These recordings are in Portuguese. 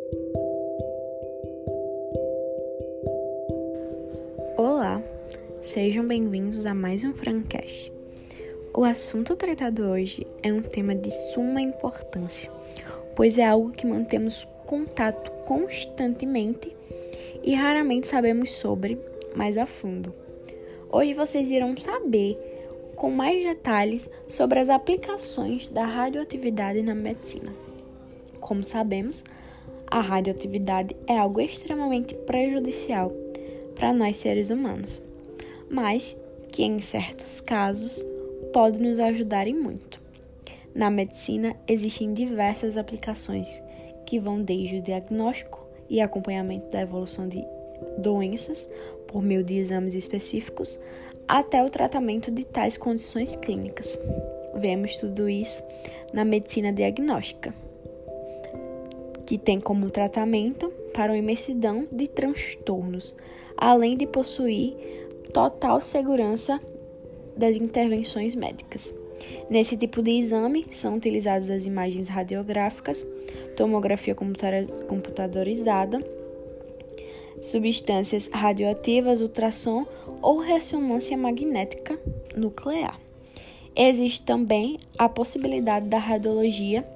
Olá, sejam bem-vindos a mais um Francast. O assunto tratado hoje é um tema de suma importância, pois é algo que mantemos contato constantemente e raramente sabemos sobre mais a fundo. Hoje vocês irão saber com mais detalhes sobre as aplicações da radioatividade na medicina. Como sabemos, a radioatividade é algo extremamente prejudicial para nós seres humanos, mas que em certos casos pode nos ajudar em muito. Na medicina existem diversas aplicações que vão desde o diagnóstico e acompanhamento da evolução de doenças por meio de exames específicos até o tratamento de tais condições clínicas. Vemos tudo isso na medicina diagnóstica, que tem como tratamento para uma imensidão de transtornos, além de possuir total segurança das intervenções médicas. Nesse tipo de exame, são utilizadas as imagens radiográficas, tomografia computadorizada, substâncias radioativas, ultrassom ou ressonância magnética nuclear. Existe também a possibilidade da radiologia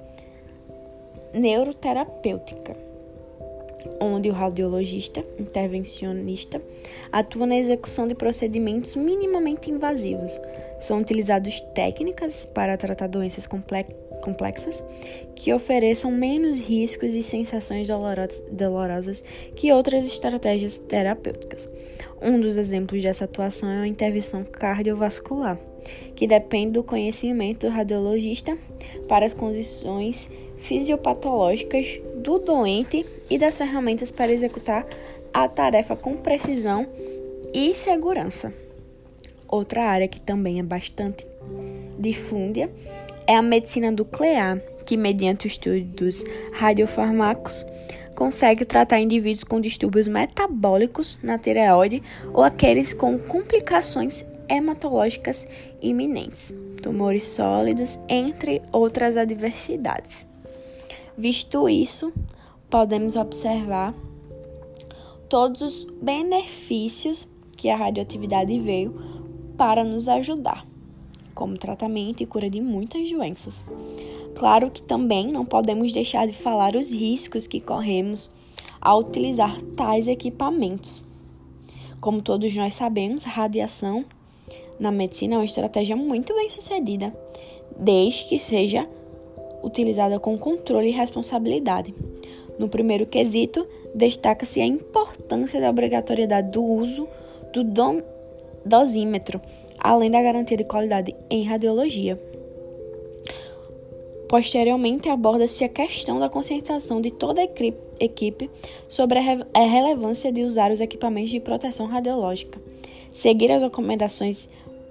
neuroterapêutica, onde o radiologista intervencionista atua na execução de procedimentos minimamente invasivos. São utilizadas técnicas para tratar doenças complexas que ofereçam menos riscos e sensações dolorosas que outras estratégias terapêuticas. Um dos exemplos dessa atuação é a intervenção cardiovascular, que depende do conhecimento do radiologista para as condições fisiopatológicas do doente e das ferramentas para executar a tarefa com precisão e segurança. Outra área que também é bastante difundida é a medicina nuclear, que mediante o estudo dos radiofármacos consegue tratar indivíduos com distúrbios metabólicos na tireoide ou aqueles com complicações hematológicas iminentes, tumores sólidos, entre outras adversidades. Visto isso, podemos observar todos os benefícios que a radioatividade veio para nos ajudar, como tratamento e cura de muitas doenças. Claro que também não podemos deixar de falar os riscos que corremos ao utilizar tais equipamentos. Como todos nós sabemos, a radiação na medicina é uma estratégia muito bem sucedida, desde que seja utilizada com controle e responsabilidade. No primeiro quesito, destaca-se a importância da obrigatoriedade do uso do dosímetro, além da garantia de qualidade em radiologia. Posteriormente, aborda-se a questão da conscientização de toda a equipe sobre a relevância de usar os equipamentos de proteção radiológica, seguir as recomendações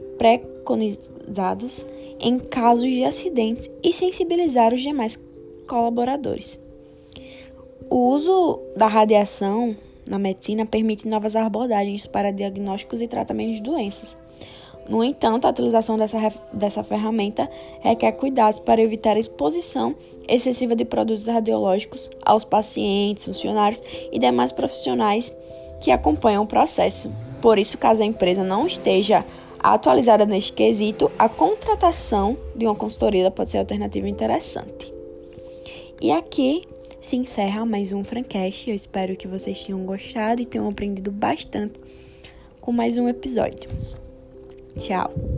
preconizadas em casos de acidentes e sensibilizar os demais colaboradores. O uso da radiação na medicina permite novas abordagens para diagnósticos e tratamentos de doenças. No entanto, a utilização dessa ferramenta requer cuidados para evitar a exposição excessiva de produtos radiológicos aos pacientes, funcionários e demais profissionais que acompanham o processo. Por isso, caso a empresa não esteja atualizada neste quesito, a contratação de uma consultoria pode ser uma alternativa interessante. E aqui se encerra mais um Francast. Eu espero que vocês tenham gostado e tenham aprendido bastante com mais um episódio. Tchau!